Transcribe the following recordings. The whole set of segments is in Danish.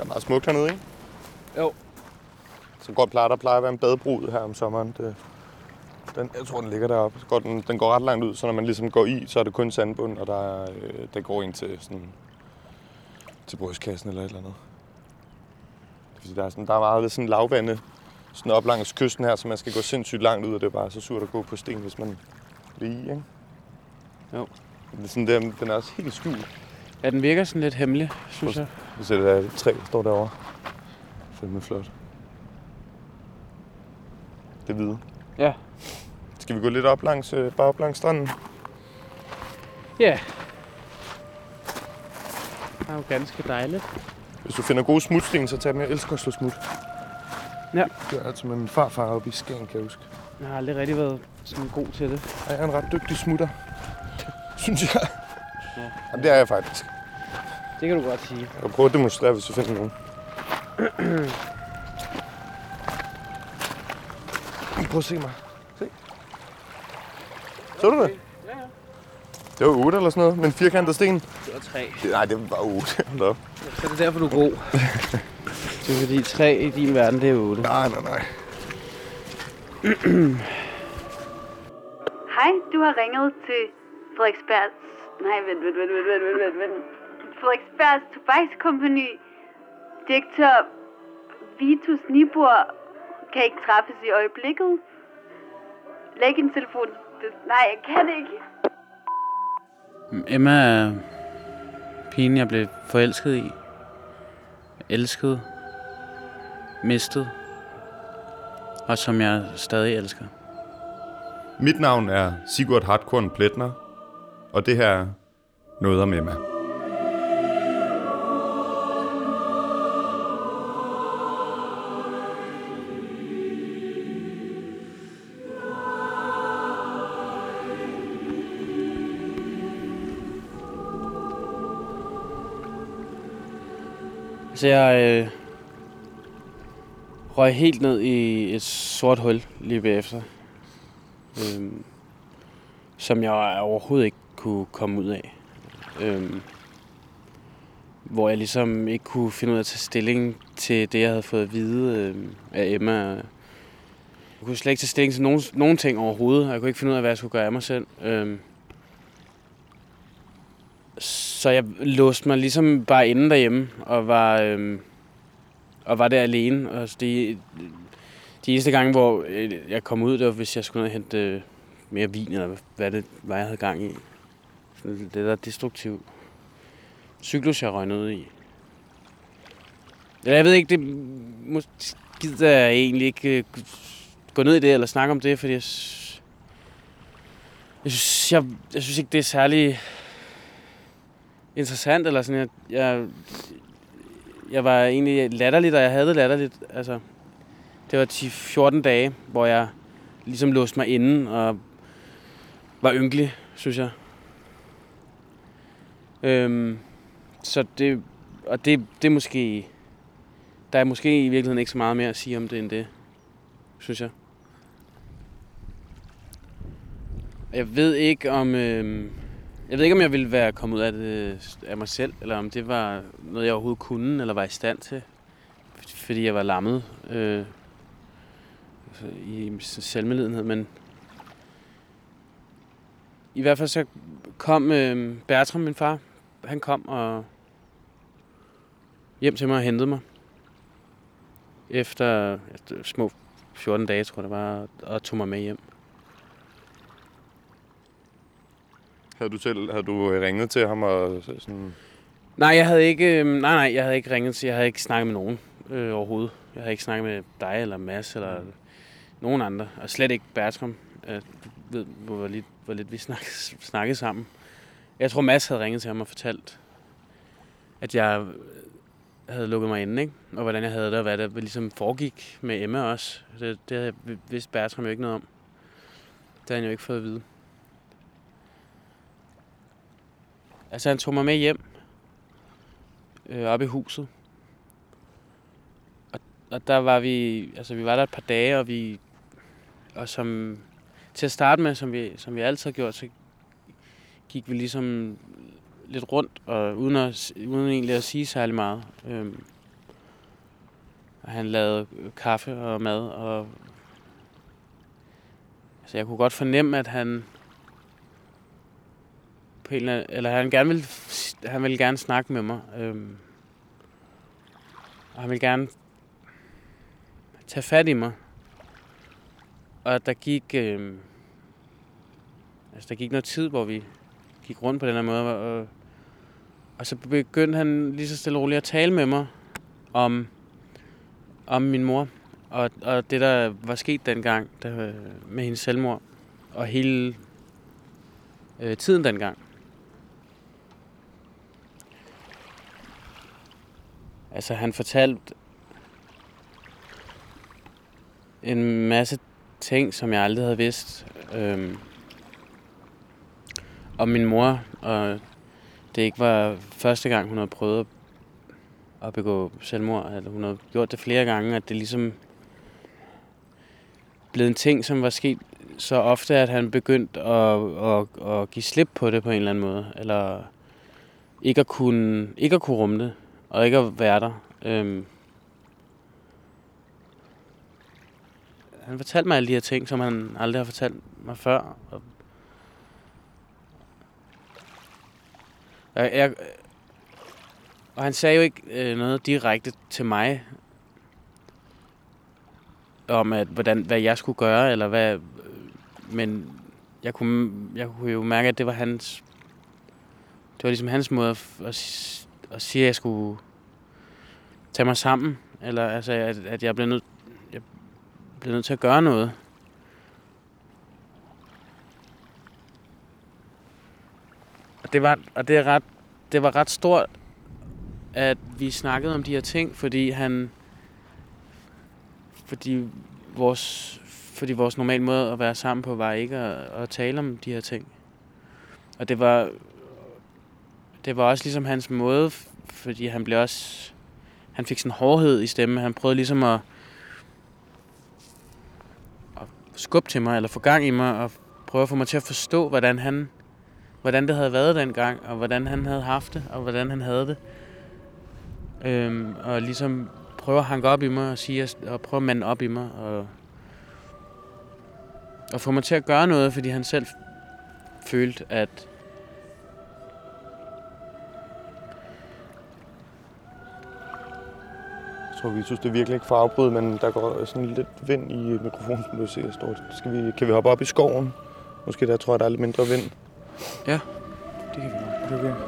meget smukt hernede, ikke? Jo. Så godt der plejer at være en badebrud her om sommeren. Jeg tror, den ligger deroppe. Den går ret langt ud, så når man ligesom går i, så er det kun sandbund, og der går ind til brystkassen eller et eller andet. Fordi der er meget sådan lavvande sådan op langs kysten her, så man skal gå sindssygt langt ud, og det er bare så surt at gå på sten, hvis man bliver i, ikke? Jo. Den er også helt skjult. Ja, den virker sådan lidt hemmelig, synes jeg. Vi ser det der træ, der står derovre. Fælme flot. Det hvide. Ja. Skal vi gå lidt bare op langs stranden? Ja. Det er jo ganske dejligt. Hvis du finder gode smutsten, så tag dem. Jeg elsker at slå smut. Ja. Det er altså med min farfar oppe i Skagen, kan jeg huske. Jeg har aldrig rigtig været sådan god til det. Jeg er en ret dygtig smutter, synes jeg. Ja. Jamen, det er jeg faktisk. Det kan du godt sige. Jeg kan prøve at demonstrere, hvis du finder nogen. Prøv at se mig. Se. Så du det? Ja. Det var 8 eller sådan noget, med en firkantet sten. Det var 3. Nej, det var bare 8. Så det er derfor, du er god. Det er fordi 3 i din verden, det er 8. Nej. Hej, du har ringet til Frederiksbergs... Nej, vent. Frederiksbergs Tobakskompagni. Direktør Vitus Nibor kan ikke træffes i øjeblikket. Læg en telefon. Nej, jeg kan ikke. Emma er pigen, jeg blev forelsket i. Elsket. Mistet. Og som jeg stadig elsker. Mit navn er Sigurd Hartkorn Pletner, og det her er Noget om Emma. Så jeg røg helt ned i et sort hul lige bagefter. Som jeg overhovedet ikke kunne komme ud af. Hvor jeg ligesom ikke kunne finde ud af at tage stilling til det, jeg havde fået at vide af Emma. Jeg kunne slet ikke tage stilling til nogen ting overhovedet. Jeg kunne ikke finde ud af, hvad jeg skulle gøre af mig selv. Så jeg låste mig ligesom bare inde derhjemme og var der alene. Og de eneste gange, hvor jeg kom ud, det var, hvis jeg skulle ned og hente mere vin, eller hvad jeg havde gang i. Det der destruktiv cyklus, jeg røg ned i. Jeg ved ikke, det gider jeg egentlig ikke gå ned i det, eller snakke om det, fordi jeg synes ikke, det er særlig interessant, eller sådan. Jeg var egentlig latterligt, og jeg havde det latterligt. Altså, det var 10-14 dage, hvor jeg ligesom låste mig inde og var ynkelig, synes jeg. Så det er måske... Der er måske i virkeligheden ikke så meget mere at sige om det, end det, synes jeg. Jeg ved ikke, om jeg ville være kommet ud af det af mig selv, eller om det var noget, jeg overhovedet kunne, eller var i stand til. Fordi jeg var lammet i selvmedlidenhed, men i hvert fald så kom Bertram, min far, han kom og hjem til mig og hentede mig. Efter små 14 dage, tror jeg det var, og tog mig med hjem. Havde du ringet til ham og sådan? Nej, jeg havde ikke ringet til. Jeg havde ikke snakket med nogen overhovedet. Jeg havde ikke snakket med dig eller Mads eller nogen andre, og slet ikke Bertram. Jeg ved, hvor lidt vi snakkede sammen. Jeg tror, Mads havde ringet til ham og fortalt, at jeg havde lukket mig inde, ikke? Og hvordan jeg havde det, og hvad der ligesom foregik med Emma også. Det vidste Bertram jo ikke noget om. Det havde han jo ikke fået at vide. Altså, han tog mig med hjem op i huset. Og der var vi var der et par dage, og som til at starte med, som vi altid har gjort, så gik vi ligesom lidt rundt, og uden egentlig at sige særlig meget. Og han lavede kaffe og mad, og altså, jeg kunne godt fornemme, at han på en eller han ville gerne snakke med mig. Og han ville gerne tage fat i mig. Og der gik noget tid, hvor vi gik rundt på den her måde, og så begyndte han lige så stille og roligt at tale med mig om min mor, og det, der var sket dengang med hendes selvmord, og hele tiden dengang. Altså, han fortalte en masse ting, som jeg aldrig havde vidst om min mor, og det ikke var første gang, hun havde prøvet at begå selvmord, at hun havde gjort det flere gange, at det ligesom blev en ting, som var sket så ofte, at han begyndte at give slip på det på en eller anden måde, eller ikke at kunne rumme det, og ikke at være der. Han fortalte mig alle de her ting, som han aldrig har fortalt mig før. Og han sagde jo ikke noget direkte til mig om, hvad jeg skulle gøre, eller hvad. Men jeg kunne jo mærke, at det var ligesom hans måde at sige, at jeg skulle tage mig sammen, eller altså, at jeg blev nødt til at gøre noget. Og det var ret stort, at vi snakkede om de her ting, fordi vores normale måde at være sammen på var ikke at tale om de her ting. Og det var også ligesom hans måde, fordi han fik sådan en hårdhed i stemmen. Han prøvede ligesom at skubbe til mig, eller få gang i mig, og prøve at få mig til at forstå, hvordan det havde været dengang, og hvordan han havde haft det, og hvordan han havde det. Og ligesom prøve at hanke op i mig, og prøve at mande op i mig, og få mig til at gøre noget, fordi han selv følte, at Jeg tror, Vitus, det er virkelig ikke for at afbryde, men der går sådan lidt vind i mikrofonen, som du ser stort. Kan vi hoppe op i skoven? Måske der tror jeg, der er lidt mindre vind. Ja, det kan vi nok. Okay.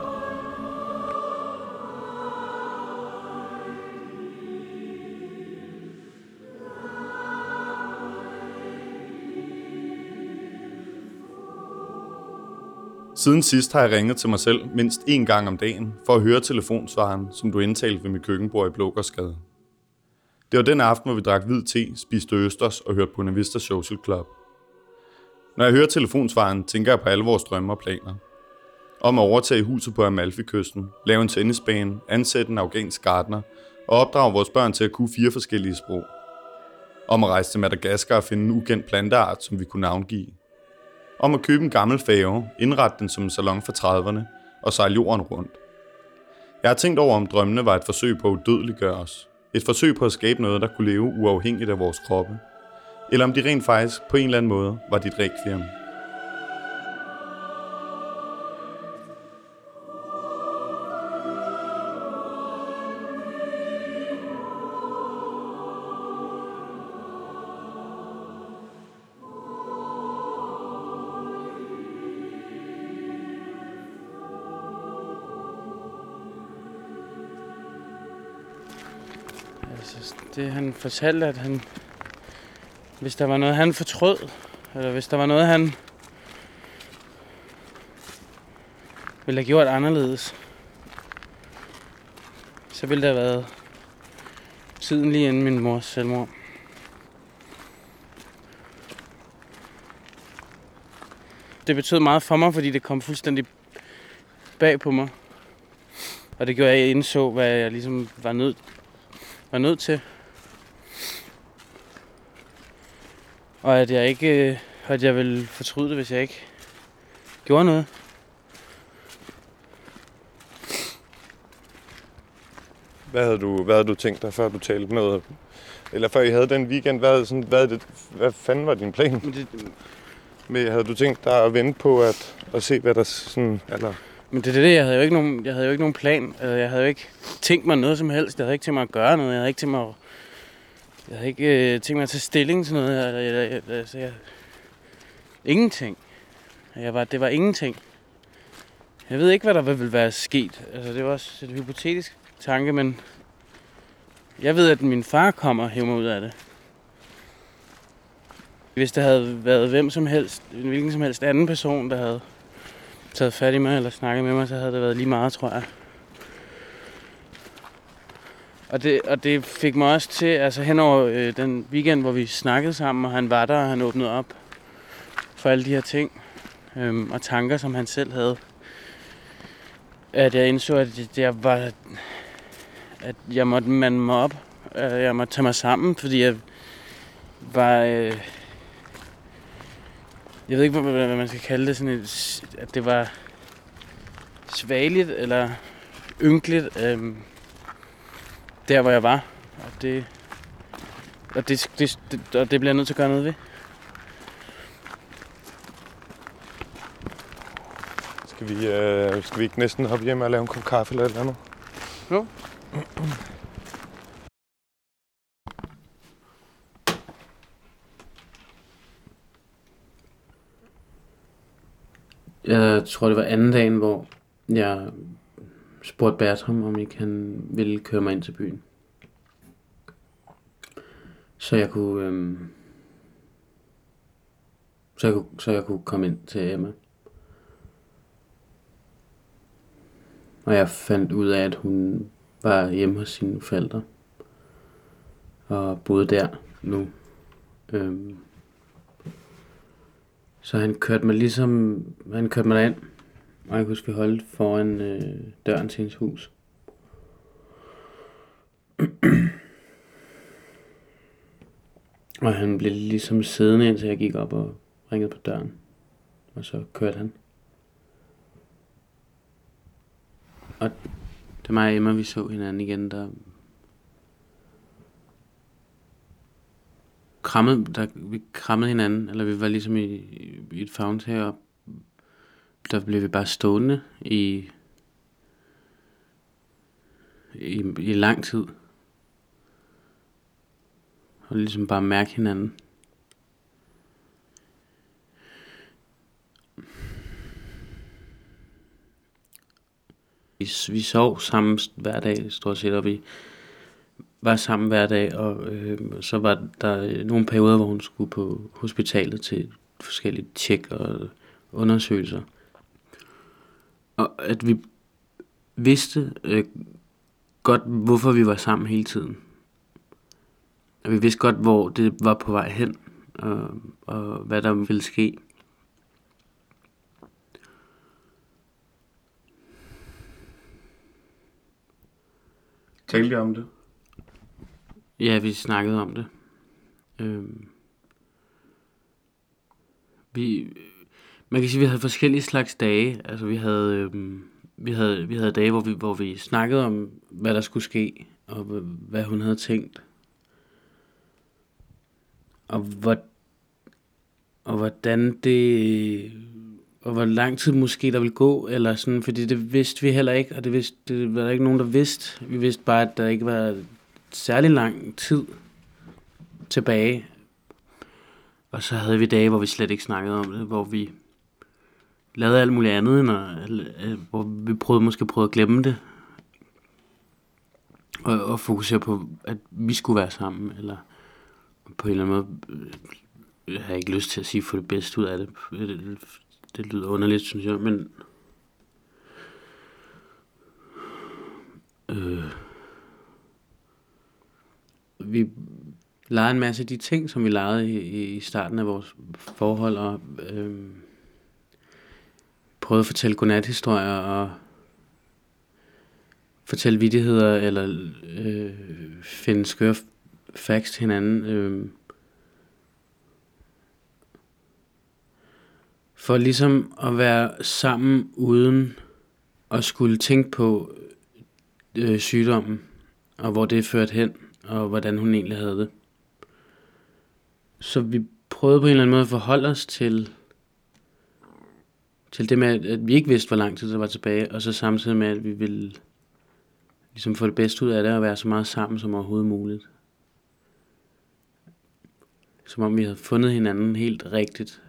Siden sidst har jeg ringet til mig selv mindst 1 gang om dagen for at høre telefonsvaren, som du indtalte ved mit køkkenbord i Blågårdsgade. Det var den aften, hvor vi drak hvid te, spiste østers og hørte Buena Vista Social Club. Når jeg hører telefonsvaren, tænker jeg på alle vores drømme og planer. Om at overtage huset på Amalfi-kysten, lave en tennisbane, ansætte en afghansk gartner og opdrage vores børn til at kunne 4 forskellige sprog. Om at rejse til Madagaskar og finde en ukendt planteart, som vi kunne navngive. Om at købe en gammel færge, indrette den som en salon fra 30'erne og sejle jorden rundt. Jeg har tænkt over, om drømmene var et forsøg på at udødeliggøre os. Et forsøg på at skabe noget, der kunne leve uafhængigt af vores kroppe. Eller om de rent faktisk på en eller anden måde var dit rekviem. Det han fortalte, at hvis der var noget, han fortrød, eller hvis der var noget, han ville have gjort anderledes, så ville det have været tiden lige inden min mors selvmord. Det betød meget for mig, fordi det kom fuldstændig bag på mig. Og det gjorde, at jeg indså, hvad jeg ligesom var nødt til. Og at jeg ville fortryde det, hvis jeg ikke gjorde noget. Hvad havde du tænkt dig, før du talte noget? Eller før I havde den weekend, hvad fanden var din plan? Men havde du tænkt dig at vente på at se, hvad der sådan... Eller? Men det er det, jeg havde jo ikke nogen plan. Jeg havde jo ikke tænkt mig noget som helst. Jeg havde ikke tænkt mig at gøre noget. Jeg havde ikke tænkt mig at tage stilling til noget. Ingenting. Det var ingenting. Jeg ved ikke, hvad der ville være sket. Altså, det var også et hypotetisk tanke, men jeg ved, at min far kommer og hæver mig ud af det. Hvis det havde været hvilken som helst anden person, der havde taget fat i mig eller snakket med mig, så havde det været lige meget, tror jeg. Og det fik mig også til, altså henover den weekend, hvor vi snakkede sammen, og han var der, og han åbnede op for alle de her ting og tanker, som han selv havde. At jeg indså, at jeg måtte mande mig op. Jeg måtte tage mig sammen, fordi jeg var... jeg ved ikke, hvad man skal kalde det. Sådan at det var svageligt eller ynkeligt, der hvor jeg var. Og det bliver jeg nødt til at gøre noget ved. Skal vi ikke næsten hoppe hjem og lave en kop kaffe eller et eller andet? Jo. Jeg tror, det var anden dagen, hvor jeg spurgte Bertram, om ikke han ville køre mig ind til byen. Så jeg kunne komme ind til Emma. Og jeg fandt ud af, at hun var hjemme hos sine forældre. Og boede der nu. Så han kørte mig derind. Og jeg kunne huske, vi holdt foran døren til hendes hus. Og han blev ligesom siddende, indtil jeg gik op og ringede på døren. Og så kørte han. Og det mig og Emma, vi så hinanden igen, vi krammede hinanden, eller vi var ligesom i et favntag, og der blev vi bare stående i lang tid. Og ligesom bare mærke hinanden. Vi sov sammen hver dag, stort set, og vi var sammen hver dag, og så var der nogle perioder, hvor hun skulle på hospitalet til forskellige tjek og undersøgelser. Og at vi vidste godt, hvorfor vi var sammen hele tiden. Og vi vidste godt, hvor det var på vej hen, og hvad der ville ske. Talte jeg om det? Ja, vi snakkede om det. Man kan sige, at vi havde forskellige slags dage. Altså vi havde dage, hvor vi snakkede om, hvad der skulle ske, og hvad hun havde tænkt. Og hvordan det... Og hvor lang tid måske der ville gå, eller sådan, fordi det vidste vi heller ikke, og det var der ikke nogen, der vidste. Vi vidste bare, at der ikke var særlig lang tid tilbage. Og så havde vi dage, hvor vi slet ikke snakkede om det, hvor vi lavede alt muligt andet, hvor vi prøvede at glemme det. Og fokusere på, at vi skulle være sammen, eller på en eller anden måde, jeg har ikke lyst til at sige, få det bedste ud af det. Det lyder underligt, synes jeg, men vi legede en masse af de ting, som vi legede i starten af vores forhold, og prøvede at fortælle godnathistorier, og fortælle vittigheder, eller finde skøre facts til hinanden. For ligesom at være sammen uden at skulle tænke på sygdommen. og hvor det førte hen, og hvordan hun egentlig havde det. Så vi prøvede på en eller anden måde at forholde os til det med, at vi ikke vidste, hvor lang tid der var tilbage, og så samtidig med, at vi ville ligesom få det bedste ud af det, og være så meget sammen som overhovedet muligt. Som om vi havde fundet hinanden helt rigtigt.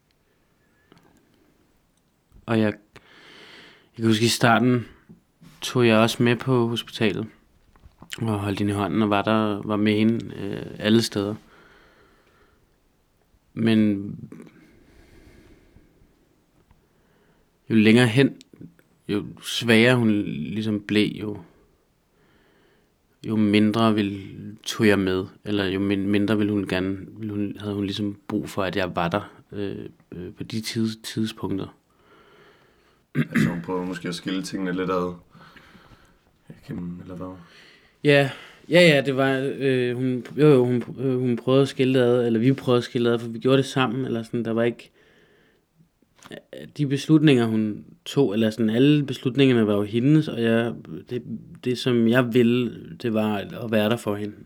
Og jeg kan huske, i starten tog jeg også med på hospitalet, og holdt hende i hånden, og var med hende alle steder. Men jo længere hen, jo sværere hun ligesom blev, jo mindre tog jeg med, eller jo mindre havde hun ligesom brug for, at jeg var der på de tidspunkter. Altså hun prøver måske at skille tingene lidt ad. Eller hvad? Ja, det var, hun prøvede at skille det ad, eller vi prøvede at skille det ad, for vi gjorde det sammen, eller sådan, der var ikke, de beslutninger hun tog, eller sådan, alle beslutningerne var jo hendes, og det som jeg ville, det var at være der for hende.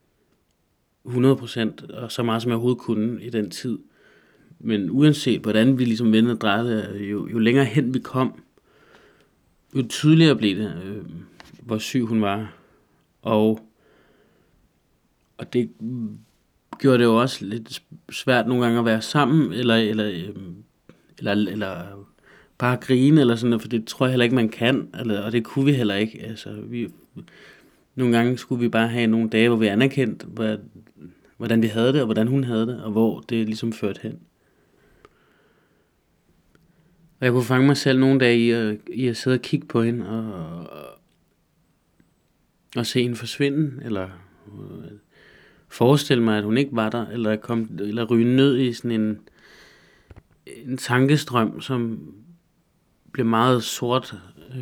100%, og så meget som jeg overhovedet kunne i den tid. Men uanset hvordan vi ligesom vendte og drejede, jo længere hen vi kom, jo tydeligere blev det, hvor syg hun var. Og det gjorde det jo også lidt svært nogle gange at være sammen, eller bare grine, eller sådan noget, for det tror jeg heller ikke, man kan, og det kunne vi heller ikke. Altså, nogle gange skulle vi bare have nogle dage, hvor vi anerkendte, hvordan vi havde det, og hvordan hun havde det, og hvor det ligesom førte hen. Og jeg kunne fange mig selv nogle dage i at sidde og kigge på hende, og se hende forsvinde, eller forestille mig, at hun ikke var der, eller ryge ned i sådan en tankestrøm, som blev meget sort.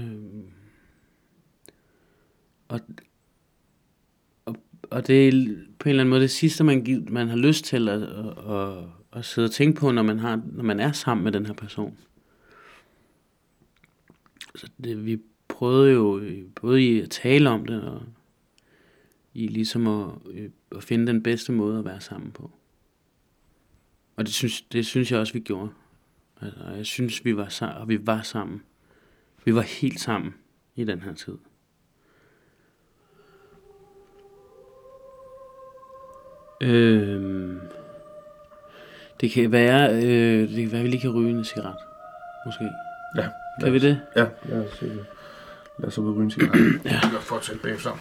Og det er på en eller anden måde det sidste, man har lyst til at sidde og tænke på, når man er sammen med den her person. Så vi prøvede jo både i at tale om det, og i ligesom at finde den bedste måde at være sammen på. Og det synes jeg også, vi gjorde. Altså, jeg synes, vi var sammen. Vi var helt sammen i den her tid. Det kan være, at vi lige kan ryge en cigaret. Måske. Ja. Kan vi det? Ja, lad os så ryge en cigaret. Ja. Jeg kan fortsætte bagefter.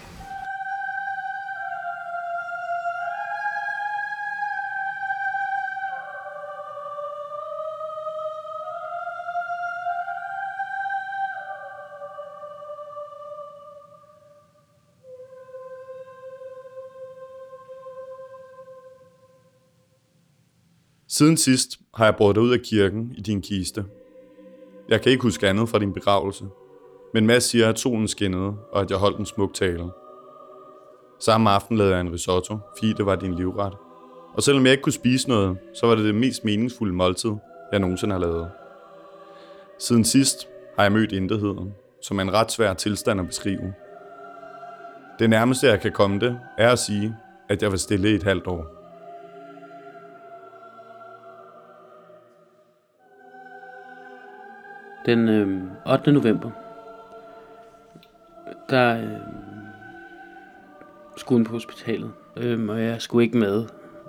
Siden sidst har jeg båret dig ud af kirken i din kiste. Jeg kan ikke huske andet fra din begravelse, men Mads siger, at solen skinnede, og at jeg holdt en smuk tale. Samme aften lavede jeg en risotto, fordi det var din livret. Og selvom jeg ikke kunne spise noget, så var det mest meningsfulde måltid, jeg nogensinde har lavet. Siden sidst har jeg mødt intetheden, som er en ret svær tilstand at beskrive. Det nærmeste, jeg kan komme det, er at sige, at jeg var stille i et halvt år. Den 8. november, der skulle hun på hospitalet, og jeg skulle ikke med,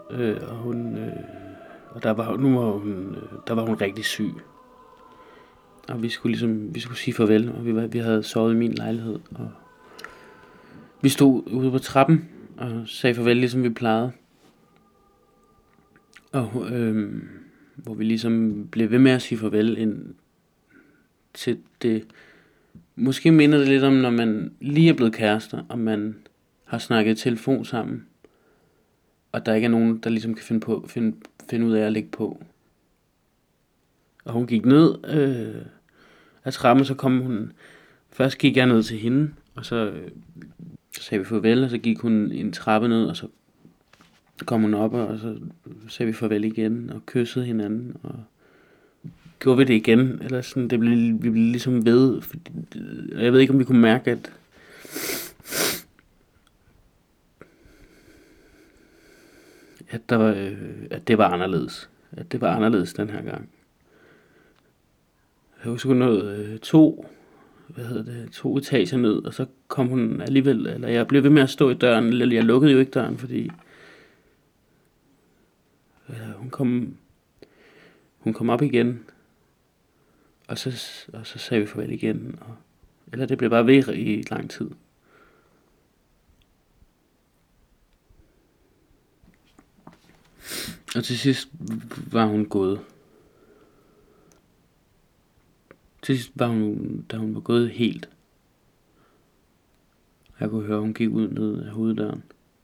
og der var hun rigtig syg. Og vi skulle sige farvel, og vi havde sovet i min lejlighed, og vi stod ude på trappen og sagde farvel, ligesom vi plejede. Og hvor vi ligesom blev ved med at sige farvel ind til det. Måske minder det lidt om, når man lige er blevet kærester, og man har snakket telefon sammen, og der ikke er nogen, der ligesom kan finde ud af at lægge på. Og hun gik ned af trappen, så kom hun. Først gik jeg ned til hende, og så sagde vi farvel, og så gik hun en trappe ned, og så kom hun op, og så sagde vi farvel igen, og kyssede hinanden, og gjorde vi det igen, eller sådan, vi blev ligesom ved, fordi, jeg ved ikke, om vi kunne mærke, at det var anderledes. At det var anderledes den her gang. Jeg husker noget to etager ned, og så kom hun alligevel, eller jeg blev ved med at stå i døren, eller jeg lukkede jo ikke døren, fordi hun kom op igen, og så sagde vi farvel igen, eller det blev bare ved i lang tid. Og til sidst var hun gået. Til sidst var hun, da hun var gået helt. Jeg kunne høre, at hun gik ud ned af hoveddøren.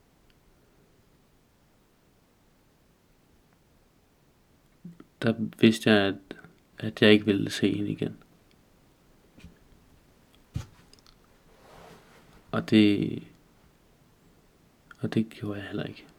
Der vidste jeg, at jeg ikke ville se hende igen. Og det gjorde jeg heller ikke.